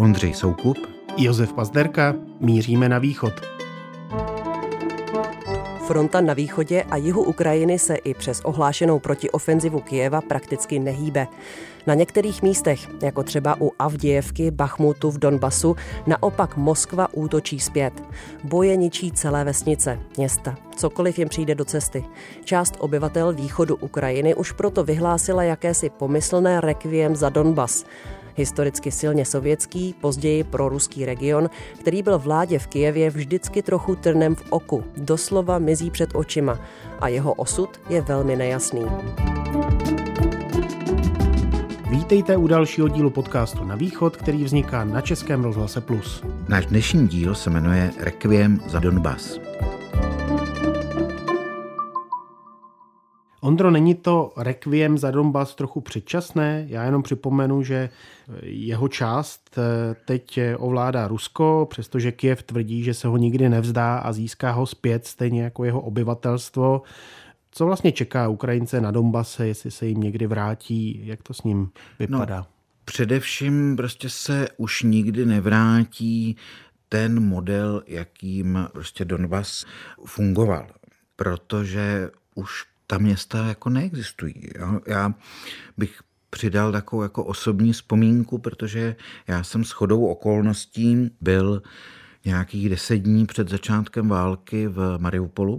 Ondřej Soukup, Josef Pazderka, míříme na východ. Fronta na východě a jihu Ukrajiny se i přes ohlášenou protiofenzivu Kyjeva prakticky nehýbe. Na některých místech, jako třeba u Avdějevky, Bachmutu v Donbasu, naopak Moskva útočí zpět. Boje ničí celé vesnice, města, cokoliv jim přijde do cesty. Část obyvatel východu Ukrajiny už proto vyhlásila jakési pomyslné rekviem za Donbas. Historicky silně sovětský, později proruský region, který byl vládě v Kyjevě vždycky trochu trnem v oku, doslova mizí před očima a jeho osud je velmi nejasný. Vítejte u dalšího dílu podcastu Na východ, který vzniká na Českém rozhlase Plus. Náš dnešní díl se jmenuje Rekviem za Donbas. Ondro, není to rekviem za Donbas trochu předčasné? Já jenom připomenu, že jeho část teď ovládá Rusko, přestože Kyjev tvrdí, že se ho nikdy nevzdá a získá ho zpět, stejně jako jeho obyvatelstvo. Co vlastně čeká Ukrajince na Donbase, jestli se jim někdy vrátí, jak to s ním vypadá? No, především prostě se už nikdy nevrátí ten model, jakým prostě Donbas fungoval, protože už ta města jako neexistují. Já bych přidal takovou jako osobní vzpomínku, protože já jsem shodou okolností byl nějakých 10 dní před začátkem války v Mariupolu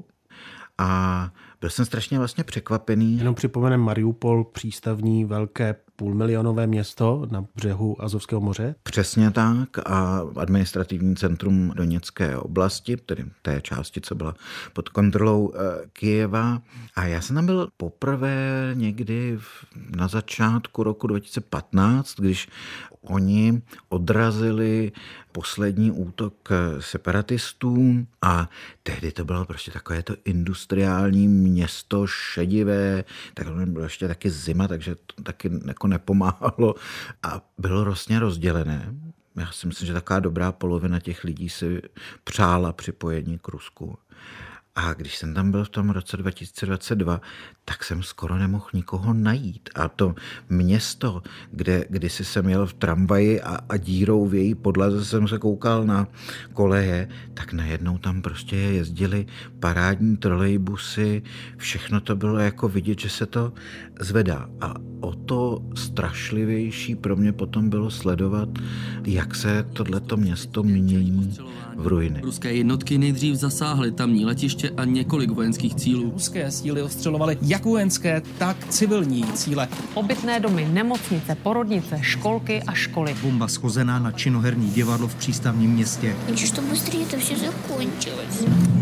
a byl jsem strašně vlastně překvapený. Jenom připomenem Mariupol, přístavní velké půlmilionové město na břehu Azovského moře. Přesně tak a administrativní centrum Doněcké oblasti, tedy té části, co byla pod kontrolou Kyjeva. A já jsem tam byl poprvé někdy na začátku roku 2015, když oni odrazili poslední útok separatistů a tehdy to bylo prostě takové to industriální město šedivé, tak to bylo ještě taky zima, takže to taky jako nepomáhalo a bylo vlastně rozdělené. Já si myslím, že taková dobrá polovina těch lidí si přála připojení k Rusku. A když jsem tam byl v tom roce 2022, tak jsem skoro nemohl nikoho najít. A to město, kde kdysi jsem jel v tramvaji a dírou v její podlaze jsem se koukal na koleje, tak najednou tam prostě jezdily parádní trolejbusy, všechno to bylo jako vidět, že se to zvedá. A o to strašlivější pro mě potom bylo sledovat, jak se tohleto město mění v ruiny. Ruské jednotky nejdřív zasáhly tamní letiště a několik vojenských cílů. Ruské síly ostřelovaly jak vojenské, tak civilní cíle. Obytné domy, nemocnice, porodnice, školky a školy. Bomba schozená na činoherní divadlo v přístavním městě. Хочу, чтобы быстрее это все закончилось.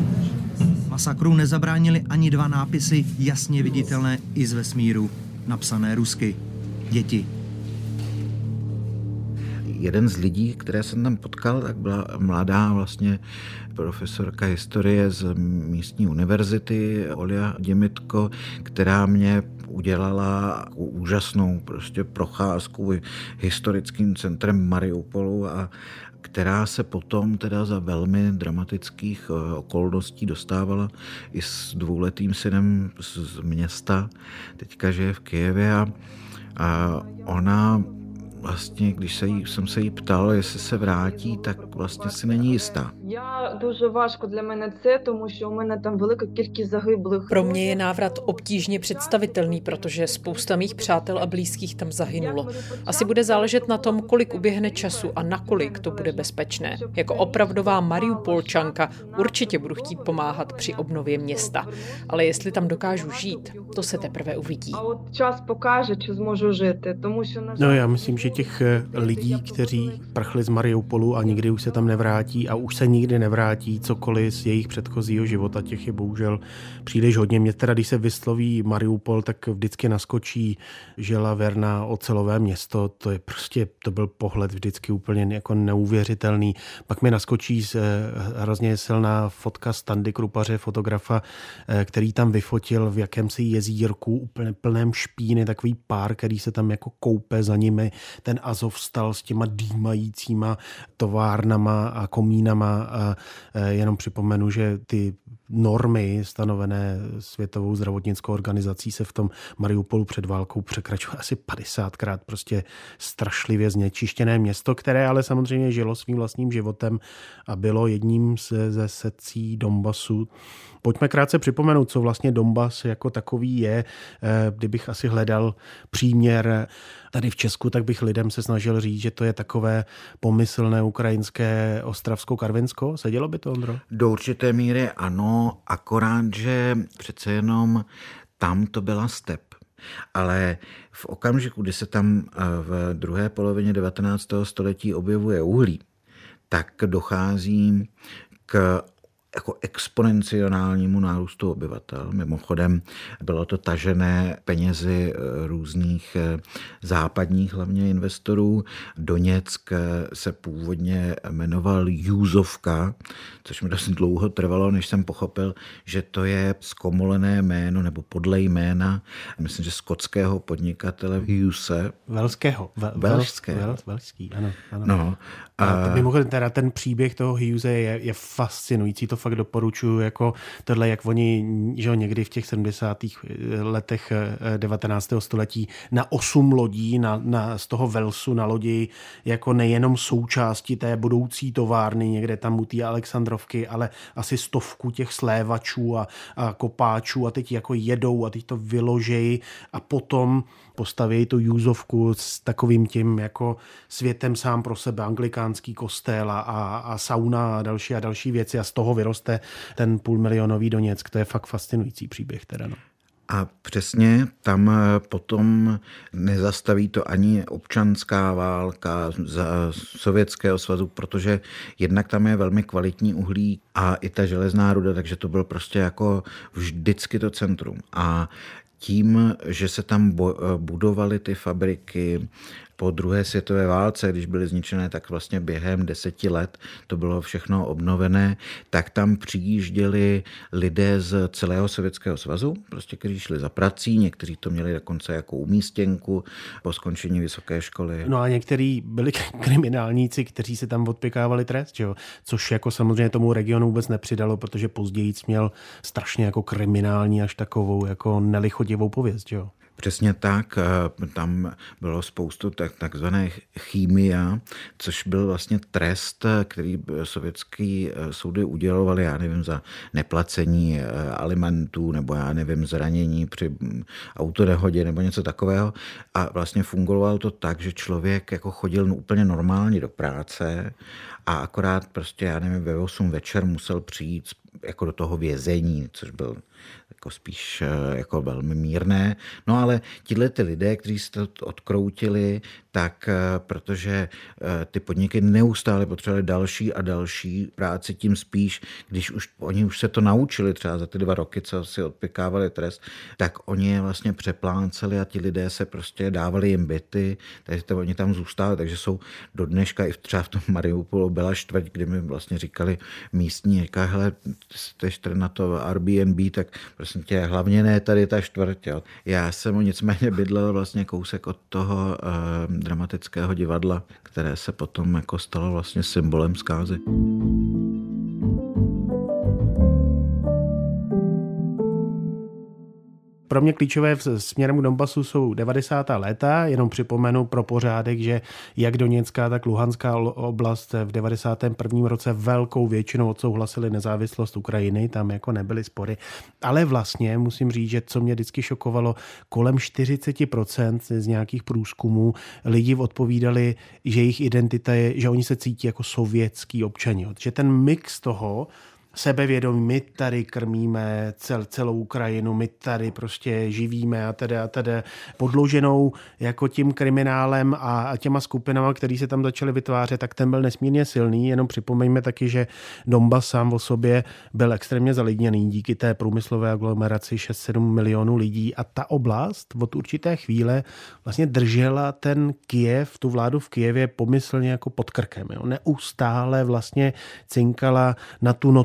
Masakru nezabránili ani 2 nápisy jasně viditelné i z vesmíru, napsané rusky. Děti. Jeden z lidí, které jsem tam potkal, tak byla mladá vlastně profesorka historie z místní univerzity, Olja Děmitko, která mě udělala úžasnou prostě procházku historickým centrem Mariupolu a která se potom teda za velmi dramatických okolností dostávala i s 2letým synem z města, teďka žije v Kyjevě a ona vlastně, když jsem se jí ptal, jestli se vrátí, tak vlastně si není jistá. Pro mě je návrat obtížně představitelný, protože spousta mých přátel a blízkých tam zahynulo. Asi bude záležet na tom, kolik uběhne času a nakolik to bude bezpečné. Jako opravdová Mariupolčanka určitě budu chtít pomáhat při obnově města. Ale jestli tam dokážu žít, to se teprve uvidí. No já myslím, že těch lidí, kteří prchli z Mariupolu a nikdy už se tam nevrátí a už se nikdy nevrátí cokoliv z jejich předchozího života, těch je bohužel příliš hodně. Mě teda, když se vysloví Mariupol, tak vždycky naskočí žila verná ocelové město. To je prostě, to byl pohled vždycky úplně jako neuvěřitelný. Pak mi naskočí hrozně silná fotka Standy Krupaře, fotografa, který tam vyfotil v jakémsi jezírku úplně plném špíny, takový pár, který se tam jako koupe za nimi. Ten Azov vstal s těma dýmajícíma továrnami oknama a komínama. A jenom připomenu, že ty normy stanovené Světovou zdravotnickou organizací se v tom Mariupolu před válkou překračuje asi 50krát. Prostě strašlivě znečištěné město, které ale samozřejmě žilo svým vlastním životem a bylo jedním ze sekcí Donbasu. Pojďme krátce připomenout, co vlastně Donbas jako takový je. Kdybych asi hledal příměr tady v Česku, tak bych lidem se snažil říct, že to je takové pomyslné ukrajinské Ostravsko-Karvinsko. Sedělo by to, Ondro? Do určité míry ano, akorát, že přece jenom tam to byla step. Ale v okamžiku, kdy se tam v druhé polovině 19. století objevuje uhlí, tak dochází k jako exponenciálnímu nárůstu obyvatel. Mimochodem bylo to tažené penězi různých západních hlavně investorů. Doněck se původně jmenoval Júzovka, což mi dost dlouho trvalo, než jsem pochopil, že to je zkomolené jméno nebo podle jména, myslím, že skotského podnikatele Hughese. Velský, ano. No, a mimochodem teda ten příběh toho Hughese je fascinující, to fakt doporučuji, jako tohle, jak oni, že někdy v těch 70. letech 19. století na 8 lodí z toho Velsu na lodi jako nejenom součástí té budoucí továrny někde tam u té Alexandrovky, ale asi 100 těch slévačů a kopáčů a teď jako jedou a teď to vyložejí a potom postaví tu Júzovku s takovým tím jako světem sám pro sebe, anglikánský kostel a sauna a další věci a z toho vyroste ten půlmilionový Doněck. To je fakt fascinující příběh teda, no. A přesně tam potom nezastaví to ani občanská válka za Sovětského svazu, protože jednak tam je velmi kvalitní uhlí a i ta železná ruda, takže to bylo prostě jako vždycky to centrum. A tím, že se tam budovaly ty fabriky po druhé světové válce, když byly zničené, tak vlastně během 10 let to bylo všechno obnovené, tak tam přijížděli lidé z celého Sovětského svazu, prostě kteří šli za prací, někteří to měli dokonce jako umístěnku po skončení vysoké školy. No a někteří byli kriminálníci, kteří si tam odpěkávali trest, jo? Což jako samozřejmě tomu regionu vůbec nepřidalo, protože později měl strašně jako kriminální až takovou jako nelichotivou pověst, jo. Přesně tak, tam bylo spoustu takzvané chýmia, což byl vlastně trest, který sovětský soudy udělovaly, já nevím, za neplacení alimentů nebo já nevím, zranění při autonehodě nebo něco takového. A vlastně fungovalo to tak, že člověk jako chodil úplně normálně do práce a akorát prostě, já nevím, ve 8 večer musel přijít jako do toho vězení, což byl jako spíš jako velmi mírné. No ale tihle ty lidé, kteří se to odkroutili, tak protože ty podniky neustále potřebovali další a další práci, tím spíš, když oni už se to naučili třeba za ty 2 roky, co si odpěkávali trest, tak oni je vlastně přepláceli a ti lidé se prostě dávali jim byty, takže oni tam zůstali, takže jsou do dneška i třeba v tom Mariupolu byla čtvrť, kdy mi vlastně říkali místní, říká, hele, jsi na to Airbnb, tak prostě tě hlavně ne tady ta čtvrť. Jo. Já jsem nicméně bydlel vlastně kousek od toho dramatického divadla, které se potom jako stalo vlastně symbolem zkázy. Pro mě klíčové směrem k Donbasu jsou 90. léta. Jenom připomenu pro pořádek, že jak Doněcká, tak Luhanská oblast v 91. roce velkou většinou odsouhlasili nezávislost Ukrajiny, tam jako nebyly spory. Ale vlastně musím říct, že co mě vždycky šokovalo, kolem 40% z nějakých průzkumů lidi odpovídali, že jejich identita je, že oni se cítí jako sovětský občani. Že ten mix toho sebevědomí, my tady krmíme celou Ukrajinu, my tady prostě živíme a tedy podloženou jako tím kriminálem a těma skupinama, který se tam začaly vytvářet, tak ten byl nesmírně silný. Jenom připomeňme taky, že Donbas sám o sobě byl extrémně zalidněný díky té průmyslové aglomeraci 6-7 milionů lidí a ta oblast od určité chvíle vlastně držela ten Kyjev, tu vládu v Kyjevě pomyslně jako pod krkem. Jo. Neustále vlastně cinkala na tu notu.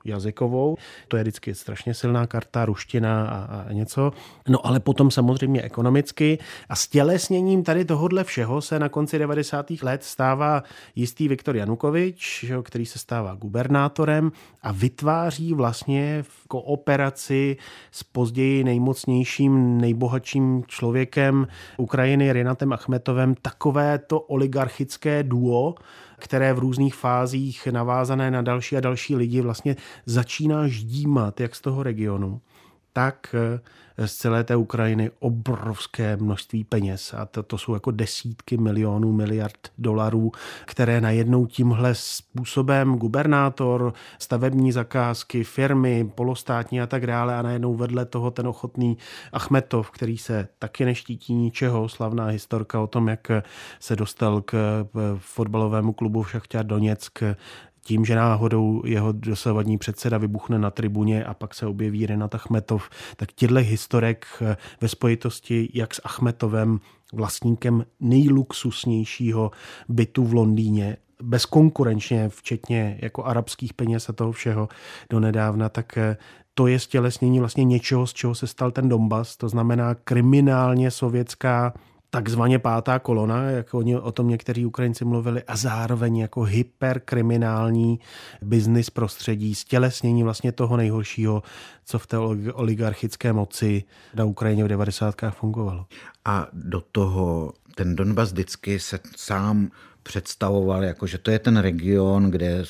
jazykovou. To je vždycky strašně silná karta, ruština a něco. No ale potom samozřejmě ekonomicky a stělesněním tady tohodle všeho se na konci 90. let stává jistý Viktor Janukovič, který se stává gubernátorem a vytváří vlastně v kooperaci s později nejmocnějším, nejbohatším člověkem Ukrajiny Rinatem Achmetovem takovéto oligarchické duo, které v různých fázích navázané na další a další lidi vlastně začíná ždímat jak z toho regionu, tak z celé té Ukrajiny obrovské množství peněz. A to jsou jako desítky milionů, miliard dolarů, které najednou tímhle způsobem gubernátor, stavební zakázky, firmy, polostátní a tak dále a najednou vedle toho ten ochotný Achmetov, který se taky neštítí ničeho, slavná historka o tom, jak se dostal k fotbalovému klubu Šachtar Doněck tím, že náhodou jeho dosavadní předseda vybuchne na tribuně a pak se objeví Rinat Achmetov, tak těchto historek ve spojitosti jak s Achmetovem, vlastníkem nejluxusnějšího bytu v Londýně, bezkonkurenčně, včetně jako arabských peněz a toho všeho donedávna, tak to je stělesnění vlastně něčeho, z čeho se stal ten Donbas, to znamená kriminálně sovětská takzvaně pátá kolona, jak oni o tom někteří Ukrajinci mluvili, a zároveň jako hyperkriminální biznis prostředí, stělesnění vlastně toho nejhoršího, co v té oligarchické moci na Ukrajině v 90. fungovalo. A do toho ten Donbas vždycky se sám představoval, jako že to je ten region, kde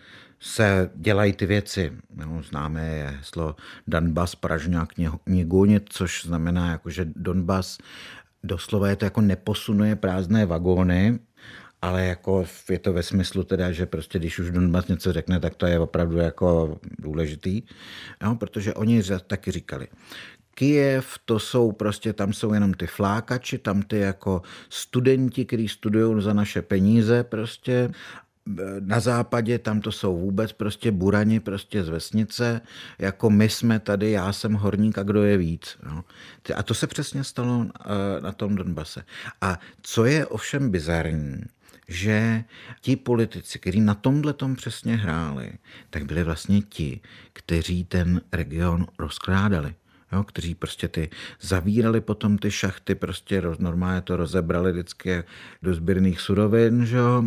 se dělají ty věci. Známe je heslo Donbas, Pražňák, Něguň, což znamená, jako, že Donbas doslova je to jako neposunuje prázdné vagóny, ale jako je to ve smyslu teda, že prostě když už Donbas něco řekne, tak to je opravdu jako důležitý. No, protože oni taky říkali, Kyjev, to jsou prostě, tam jsou jenom ty flákači, tam ty jako studenti, kteří studují za naše peníze prostě. Na západě tam to jsou vůbec prostě burani prostě z vesnice, jako my jsme tady, já jsem horník a kdo je víc. No. A to se přesně stalo na tom Donbase. A co je ovšem bizarní, že ti politici, kteří na tomhletom přesně hráli, tak byli vlastně ti, kteří ten region rozkrádali. Jo, kteří prostě ty zavírali potom ty šachty, prostě normálně to rozebrali vždycky do sběrných surovin, že jo,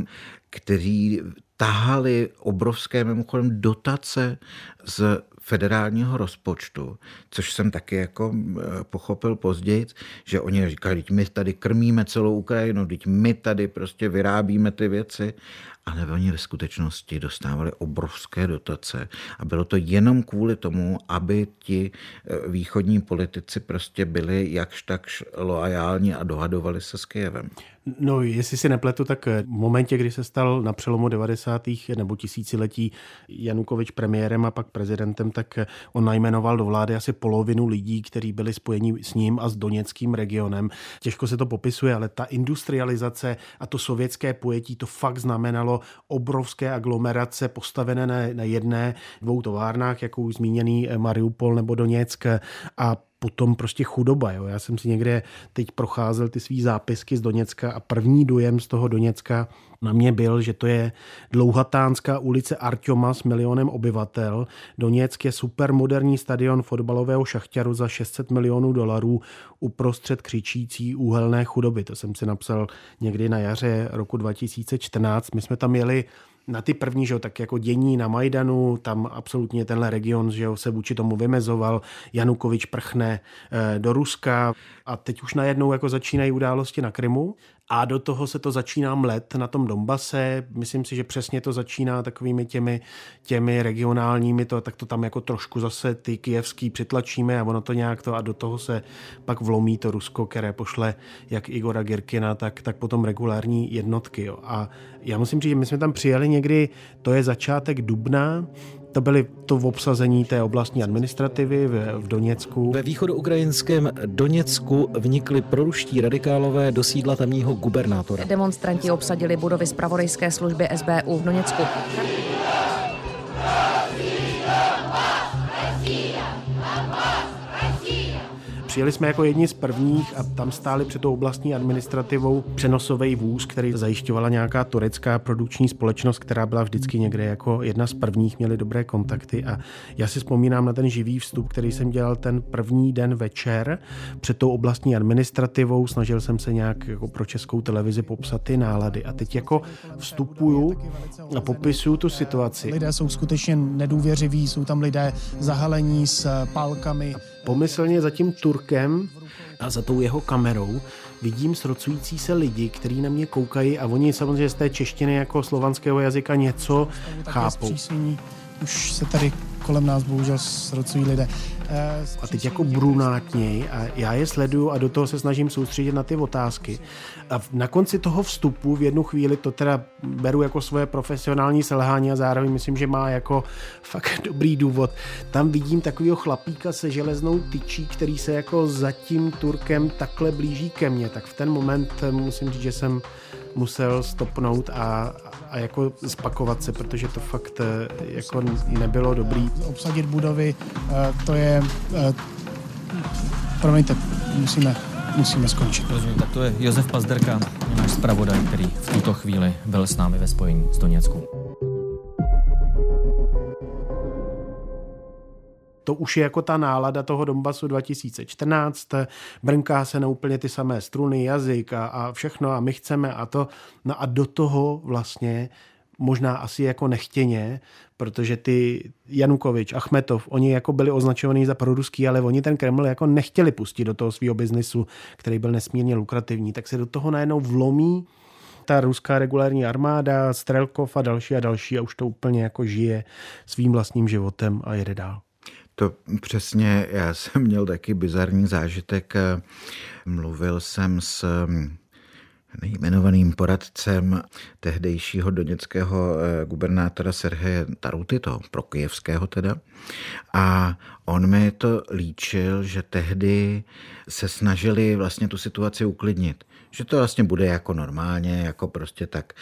kteří tahali obrovské mimochodem dotace z federálního rozpočtu, což jsem taky jako pochopil později, že oni říkali, teď my tady krmíme celou Ukrajinu, teď my tady prostě vyrábíme ty věci, ale oni ve skutečnosti dostávali obrovské dotace a bylo to jenom kvůli tomu, aby ti východní politici prostě byli jakž takž loajální a dohadovali se s Kyjevem. No, jestli si nepletu, tak v momentě, kdy se stal na přelomu 90. nebo tisíciletí Janukovič premiérem a pak prezidentem, tak on najmenoval do vlády asi polovinu lidí, kteří byli spojeni s ním a s doněckým regionem. Těžko se to popisuje, ale ta industrializace a to sovětské pojetí, to fakt znamenalo obrovské aglomerace postavené na jedné, dvou továrnách, jako už zmíněný Mariupol nebo Doněck, a potom prostě chudoba. Jo. Já jsem si někde teď procházel ty svý zápisky z Doněcka a první dojem z toho Doněcka na mě byl, že to je dlouhatánská ulice Arťoma s milionem obyvatel. Doněck je supermoderní stadion fotbalového Šachtaru za $600 milionů uprostřed křičící úhelné chudoby. To jsem si napsal někdy na jaře roku 2014. My jsme tam jeli na ty první, že jo, tak jako dění na Majdanu, tam absolutně tenhle region, že jo, se vůči tomu vymezoval, Janukovič prchne do Ruska a teď už najednou jako začínají události na Krymu a do toho se to začíná mlet na tom Donbase. Myslím si, že přesně to začíná takovými těmi regionálními, tak to tam jako trošku zase ty kyjevský přitlačíme a ono to nějak to a do toho se pak vlomí to Rusko, které pošle jak Igora Girkina, tak potom regulární jednotky. Jo. A já musím říct, že my jsme tam přijeli někdy, to je začátek dubna, to byly to v obsazení té oblastní administrativy v Doněcku. Ve východoukrajinském Doněcku vnikli proruští radikálové do sídla tamního gubernátora. Demonstranti obsadili budovy zpravodajské služby SBU v Doněcku. Přijeli jsme jako jedni z prvních a tam stáli před tou oblastní administrativou přenosový vůz, který zajišťovala nějaká turecká produkční společnost, která byla vždycky někde jako jedna z prvních, měli dobré kontakty a já si vzpomínám na ten živý vstup, který jsem dělal ten první den večer před tou oblastní administrativou, snažil jsem se nějak jako pro Českou televizi popsat ty nálady a teď jako vstupuju a popisuju tu situaci. Lidé jsou skutečně nedůvěřiví, jsou tam lidé zahalení s pálkami. Pomyslně za tím Turkem a za tou jeho kamerou vidím srocující se lidi, kteří na mě koukají a oni samozřejmě z té češtiny jako slovanského jazyka něco chápou. Už se tady kolem nás bohužel srocují lidé. A teď jako brunátněj a já je sleduju a do toho se snažím soustředit na ty otázky. A na konci toho vstupu v jednu chvíli to teda beru jako svoje profesionální selhání a zároveň myslím, že má jako fakt dobrý důvod. Tam vidím takovýho chlapíka se železnou tyčí, který se jako za tím Turkem takhle blíží ke mně. Tak v ten moment musím říct, že jsem musel stopnout a jako spakovat se, protože to fakt jako nebylo dobrý. Obsadit budovy, to je... Promiňte, musíme skončit. Rozumím, tak to je Josef Pazderka, náš zpravodaj, který v tuto chvíli byl s námi ve spojení s Doněcku. To už je jako ta nálada toho Donbasu 2014, brnká se na úplně ty samé struny, jazyk a všechno a my chceme a to. No a do toho vlastně možná asi jako nechtěně, protože ty Janukovič, Achmetov, oni jako byli označovaní za proruský, ale oni ten Kreml jako nechtěli pustit do toho svého biznisu, který byl nesmírně lukrativní, tak se do toho najednou vlomí ta ruská regulární armáda, Strelkov a další a už to úplně jako žije svým vlastním životem a jede dál. To přesně, já jsem měl taky bizarní zážitek. Mluvil jsem s nejmenovaným poradcem tehdejšího doněckého gubernátora Serheje Taruty, toho prokyjevského teda. A on mi to líčil, že tehdy se snažili vlastně tu situaci uklidnit. Že to vlastně bude jako normálně, jako prostě tak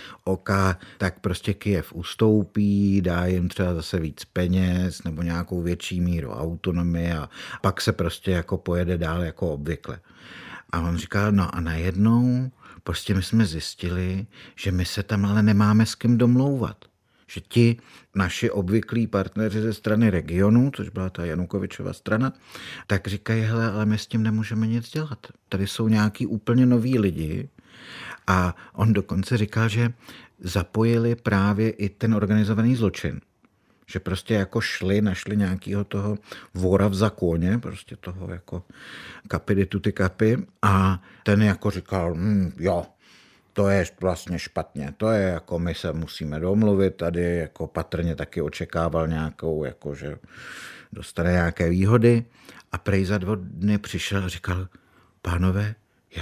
tak prostě Kyjev ustoupí, dá jim třeba zase víc peněz nebo nějakou větší míru autonomie a pak se prostě jako pojede dál jako obvykle. A on říkal, no a najednou prostě my jsme zjistili, že my se tam ale nemáme s kým domlouvat. Že ti naši obvyklí partneři ze strany regionu, což byla ta Janukovičova strana, tak říkají, hele, ale my s tím nemůžeme nic dělat. Tady jsou nějaký úplně noví lidi a on dokonce říkal, že zapojili právě i ten organizovaný zločin. Že prostě jako našli nějakého toho vora v zakoně, prostě toho jako kapy tuty kapy a ten jako říkal, jo, to je vlastně špatně, to je jako my se musíme domluvit, tady jako patrně taky očekával nějakou, jako že dostane nějaké výhody a prej za 2 dny přišel a říkal, pánové,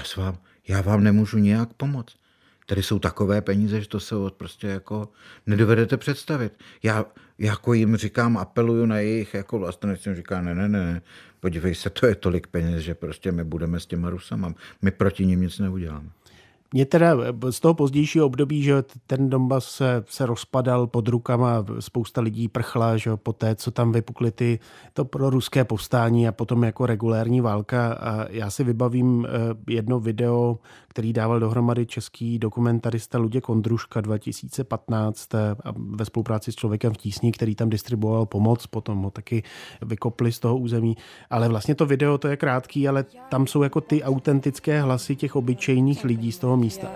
já vám nemůžu nijak pomoct. Tady jsou takové peníze, že to se prostě jako nedovedete představit. Já jako jim říkám, apeluju na jejich jako vlastenectví, říká, ne, podívej se, to je tolik peněz, že prostě my budeme s těma Rusama, my proti nim nic neuděláme. Mě teda z toho pozdějšího období, že ten Donbas se rozpadal pod rukama, spousta lidí prchla, že po té, co tam vypukly to proruské povstání a potom jako regulérní válka. A já si vybavím jedno video, který dával dohromady český dokumentarista Luděk Ondruška 2015 ve spolupráci s Člověkem v tísni, který tam distribuoval pomoc, potom ho taky vykopli z toho území. Ale vlastně to video, to je krátký, ale tam jsou jako ty autentické hlasy těch obyčejných lidí z toho místa.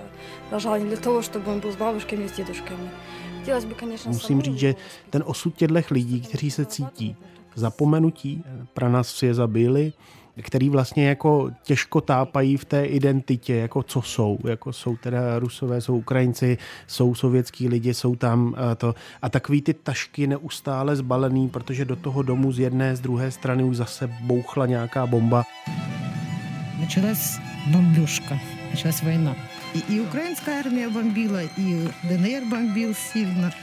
Musím říct, že ten osud těchto lidí, kteří se cítí zapomenutí, pro nás vsi je zabili, který vlastně jako těžko tápají v té identitě, jako co jsou. Jako jsou teda Rusové, jsou Ukrajinci, jsou sovětský lidi, jsou tam to. A takový ty tašky neustále zbalený, protože do toho domu z jedné, z druhé strany už zase bouchla nějaká bomba. Началась бомбежка, началась война. И украинская армия бомбила, и ДНР бомбил сильно.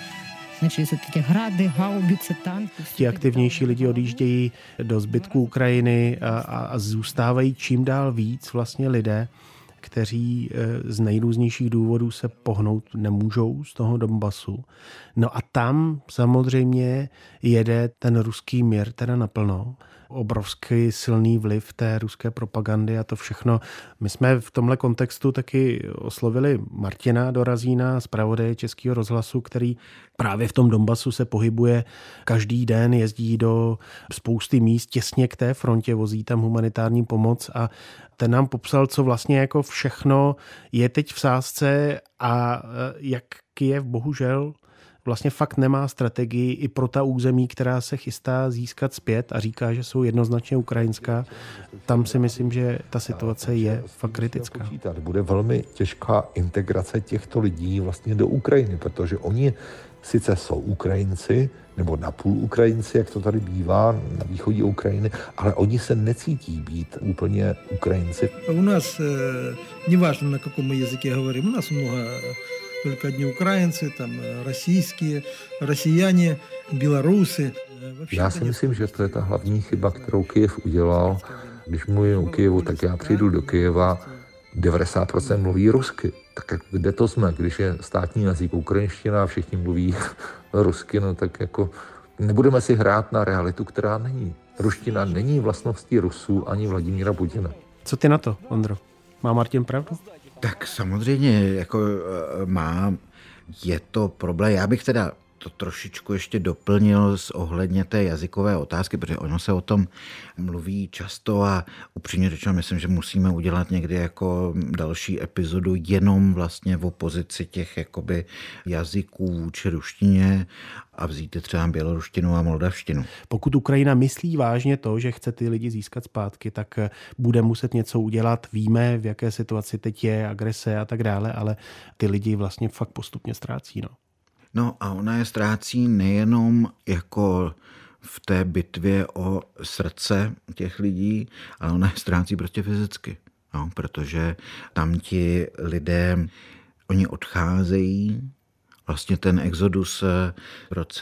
Ti aktivnější lidi odjíždějí do zbytku Ukrajiny a zůstávají čím dál víc vlastně lidé, kteří z nejrůznějších důvodů se pohnout nemůžou z toho Donbasu. No a tam samozřejmě jede ten ruský mír teda naplno obrovský silný vliv té ruské propagandy a to všechno. My jsme v tomhle kontextu taky oslovili Martina Dorazína, zpravodaje Českého rozhlasu, který právě v tom Donbasu se pohybuje každý den, jezdí do spousty míst těsně k té frontě, vozí tam humanitární pomoc a ten nám popsal, co vlastně jako všechno je teď v sázce a jak Kyjev bohužel vlastně fakt nemá strategii i pro ta území, která se chystá získat zpět a říká, že jsou jednoznačně ukrajinská. Tam si myslím, že ta situace je fakt kritická. Bude velmi těžká integrace těchto lidí vlastně do Ukrajiny, protože oni sice jsou Ukrajinci, nebo napůl Ukrajinci, jak to tady bývá na východě Ukrajiny, ale oni se necítí být úplně Ukrajinci. U nás, неважно, на каком мы языке говорим, у нас много только одни украинцы, там российские, россияне, белорусы. Já si myslím, že to je ta hlavní chyba, kterou Kyjev udělal. Když mluvím o Kyjevu, tak já přijdu do Kyjeva, 90% mluví rusky. Tak kde to jsme, když je státní jazyk ukrajinština a všichni mluví rusky, no tak jako nebudeme si hrát na realitu, která není. Ruština není vlastností Rusů ani Vladimíra Putina. Co ty na to, Ondro? Má Martin pravdu? Tak samozřejmě jako má, je to problém. Já bych teda to trošičku ještě doplnil ohledně té jazykové otázky, protože ono se o tom mluví často a upřímně řečeno myslím, že musíme udělat někdy jako další epizodu jenom vlastně v opozici těch jakoby jazyků vůči ruštině a vzít třeba běloruštinu a moldavštinu. Pokud Ukrajina myslí vážně to, že chce ty lidi získat zpátky, tak bude muset něco udělat. Víme, v jaké situaci teď je agrese a tak dále, ale ty lidi vlastně fakt postupně ztrácí. No a ona je ztrácí nejenom jako v té bitvě o srdce těch lidí, ale ona je ztrácí prostě fyzicky. No, protože tam ti lidé, oni odcházejí. Vlastně ten exodus v roce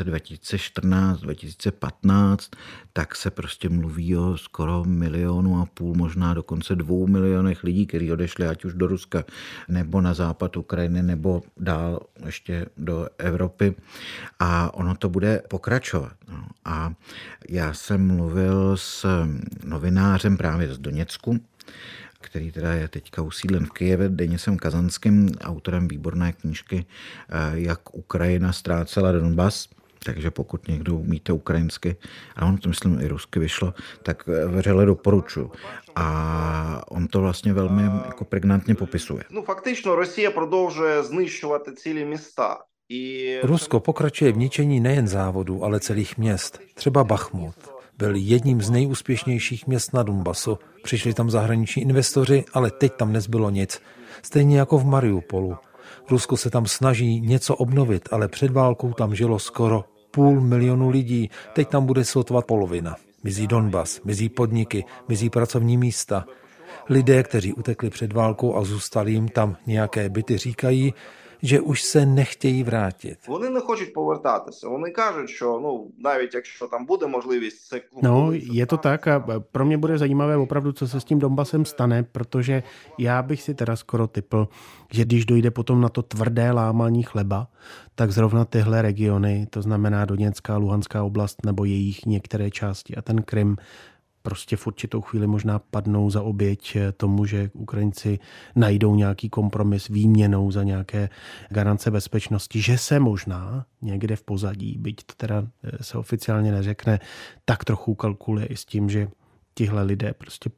2014-2015, tak se prostě mluví o skoro 1,5 milionu, možná dokonce 2 milionech lidí, kteří odešli ať už do Ruska, nebo na západ Ukrajiny, nebo dál ještě do Evropy. A ono to bude pokračovat. No. A já jsem mluvil s novinářem právě z Doněcku, který teda je teďka usídlen v Kyjevě, Denisem Kazanským, autorem výborné knížky Jak Ukrajina ztrácela Donbas. Takže pokud někdo umíte ukrajinsky, a on to myslím i rusky vyšlo, tak vřele doporučuji. A on to vlastně velmi jako pregnantně popisuje. No faktično Rosія продовжує знищувати цілі міста. Rusko pokračuje v ničení nejen závodů, ale celých měst. Třeba Bachmut byl jedním z nejúspěšnějších měst na Donbasu. Přišli tam zahraniční investoři, ale teď tam nezbylo nic. Stejně jako v Mariupolu. Rusko se tam snaží něco obnovit, ale před válkou tam žilo skoro 500 000 lidí. Teď tam bude sotva polovina. Mizí Donbas, mizí podniky, mizí pracovní místa. Lidé, kteří utekli před válkou a zůstali jim tam nějaké byty, říkají, že už se nechtějí vrátit. Вони не хочуть повертатися. Вони кажуть, що навіть якщо там буде можливість це. No, je to tak a pro mě bude zajímavé opravdu, co se s tím Donbasem stane, protože já bych si teda skoro tipl, že když dojde potom na to tvrdé lámání chleba, tak zrovna tyhle regiony, to znamená Doněcká, Luhanská oblast nebo jejich některé části a ten Krym, prostě v určitou chvíli možná padnou za oběť tomu, že Ukrajinci najdou nějaký kompromis výměnou za nějaké garance bezpečnosti, že se možná někde v pozadí, byť to teda se oficiálně neřekne, tak trochu kalkuluje i s tím, že tihle lidé prostě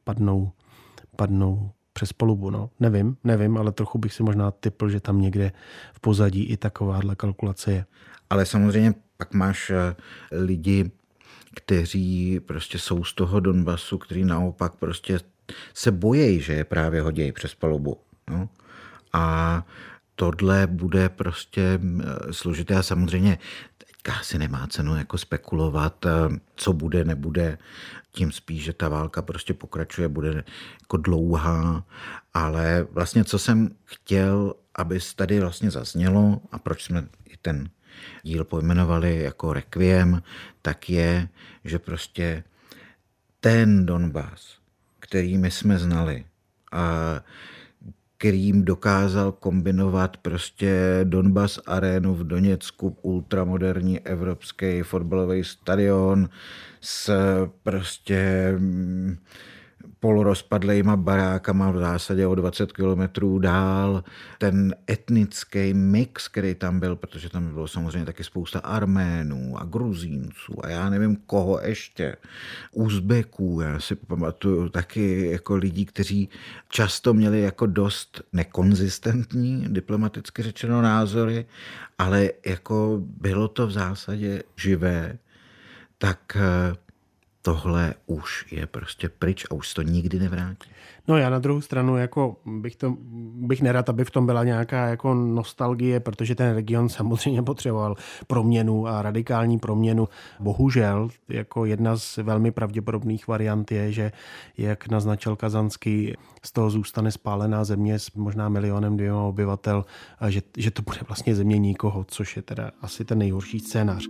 padnou přes palubu. No. Nevím, ale trochu bych si možná tipl, že tam někde v pozadí i takováhle kalkulace je. Ale samozřejmě pak máš lidi, kteří prostě jsou z toho Donbasu, kteří naopak prostě se bojí, že je právě hodějí přes palubu. No. A tohle bude prostě složité a samozřejmě teďka asi nemá cenu jako spekulovat, co bude, nebude. Tím spíš, že ta válka prostě pokračuje, bude jako dlouhá, ale vlastně co jsem chtěl, aby tady vlastně zaznělo a proč jsme i ten díl pojmenovali jako Requiem, tak je, že prostě ten Donbas, který my jsme znali, a kterým dokázal kombinovat prostě Donbas arénu v Doněcku, ultramoderní evropský fotbalový stadion s prostě polorozpadlejma barákama v zásadě o 20 kilometrů dál. Ten etnický mix, který tam byl, protože tam bylo samozřejmě taky spousta Arménů a Gruzínců a já nevím koho ještě. Uzbeků, já si pamatuju taky jako lidí, kteří často měli jako dost nekonzistentní, diplomaticky řečeno, názory, ale jako bylo to v zásadě živé, tak tohle už je prostě pryč a už to nikdy nevrátí. No já na druhou stranu jako bych nerad, aby v tom byla nějaká jako nostalgie, protože ten region samozřejmě potřeboval proměnu a radikální proměnu. Bohužel jako jedna z velmi pravděpodobných variant je, že jak naznačil Kazanský, z toho zůstane spálená země s možná 1,2 milionu obyvatel a že to bude vlastně země nikoho, což je teda asi ten nejhorší scénář.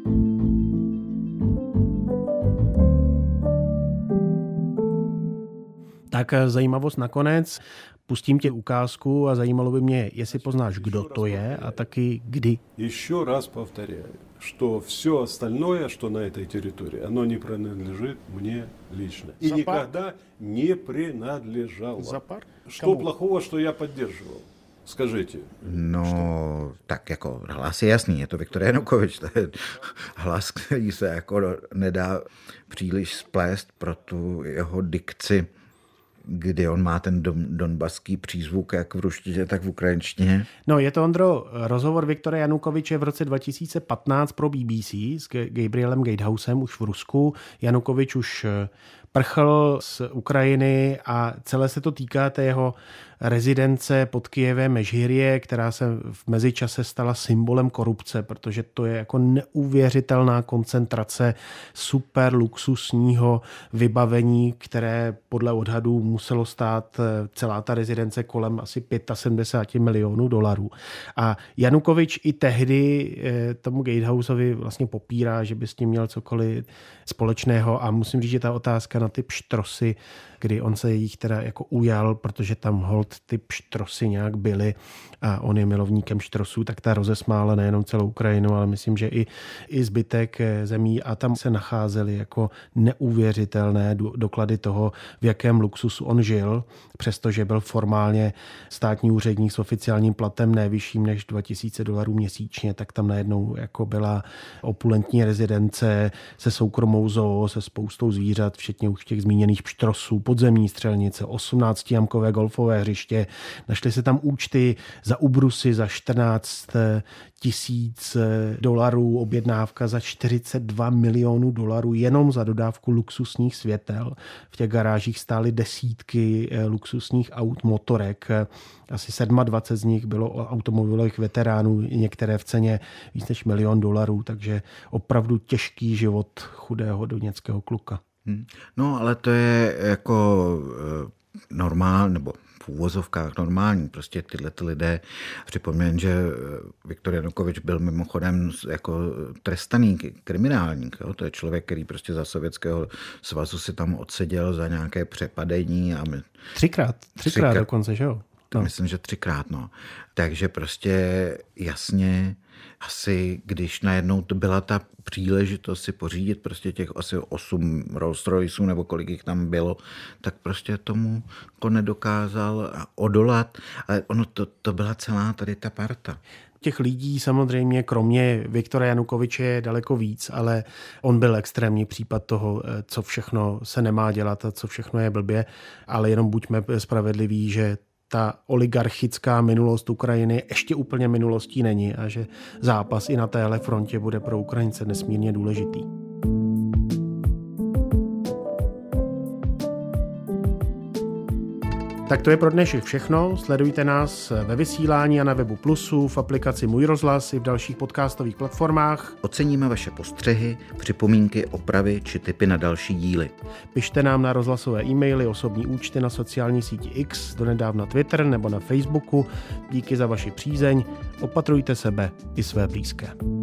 Tak zajímavost nakonec. Pustím tě ukázku a zajímalo by mě, jestli poznáš, kdo to je a taky kdy. Ještě raz повторяю, что все остальное, что на этой территории, оно не принадлежит мне лично. И никогда не принадлежало. Что плохого, что я поддерживал? Скажите. No, tak jako hlas je jasný, je to Viktor Janukovyč, to je hlas, který se jako nedá příliš splést pro tu jeho dikci, kdy on má ten donbaský přízvuk jak v ruštině, tak v ukrajinštině. No, je to, Ondro, rozhovor Viktora Janukovyče v roce 2015 pro BBC s Gabrielem Gatehousem už v Rusku. Janukovyč už prchl z Ukrajiny a celé se to týká té jeho rezidence pod Kyjevem Mežhirje, která se v mezičase stala symbolem korupce, protože to je jako neuvěřitelná koncentrace super luxusního vybavení, které podle odhadů muselo stát celá ta rezidence kolem asi 75 milionů dolarů. A Janukovyč i tehdy tomu Gatehouseovi vlastně popírá, že by s tím měl cokoliv společného a musím říct, že ta otázka na ty pštrosy, kdy on se jich teda jako ujal, protože tam hold ty pštrosy nějak byly a on je milovníkem pštrosů, tak ta rozesmála nejenom celou Ukrajinu, ale myslím, že i zbytek zemí a tam se nacházely jako neuvěřitelné doklady toho, v jakém luxusu on žil, přestože byl formálně státní úředník s oficiálním platem nevyšším než $2000 měsíčně, tak tam najednou jako byla opulentní rezidence se soukromou zoo, se spoustou zvířat, včetně už těch zmíněných pštrosů, podzemní střelnice, 18jámkové golfové hřiště. Našly se tam účty za ubrusy za $14,000, objednávka za $42 milionů jenom za dodávku luxusních světel. V těch garážích stály desítky luxusních aut, motorek. Asi 27 z nich bylo automobilových veteránů, některé v ceně víc než $1 milion, takže opravdu těžký život chudého doněckého kluka. No, ale to je jako normální, nebo v úvozovkách normální. Prostě tyhle lidé, připomínám, že Viktor Janukovyč byl mimochodem jako trestaný kriminálník. Jo? To je člověk, který prostě za Sovětského svazu si tam odseděl za nějaké přepadení. A Třikrát dokonce, že jo? No. Myslím, že 3krát, no. Takže prostě jasně, asi když najednou to byla ta příležitost si pořídit prostě těch asi 8 Rolls Royceů nebo kolik jich tam bylo, tak prostě tomu jako nedokázal odolat. Ale ono to byla celá tady ta parta. Těch lidí samozřejmě kromě Viktora Janukovyče je daleko víc, ale on byl extrémní případ toho, co všechno se nemá dělat a co všechno je blbě, ale jenom buďme spravedliví, že ta oligarchická minulost Ukrajiny ještě úplně minulostí není a že zápas i na téhle frontě bude pro Ukrajince nesmírně důležitý. Tak to je pro dnešek všechno. Sledujte nás ve vysílání a na webu Plusu, v aplikaci Můj rozhlas i v dalších podcastových platformách. Oceníme vaše postřehy, připomínky, opravy či tipy na další díly. Pište nám na rozhlasové e-maily, osobní účty na sociální síti X, donedávna Twitter nebo na Facebooku. Díky za vaši přízeň. Opatrujte sebe i své blízké.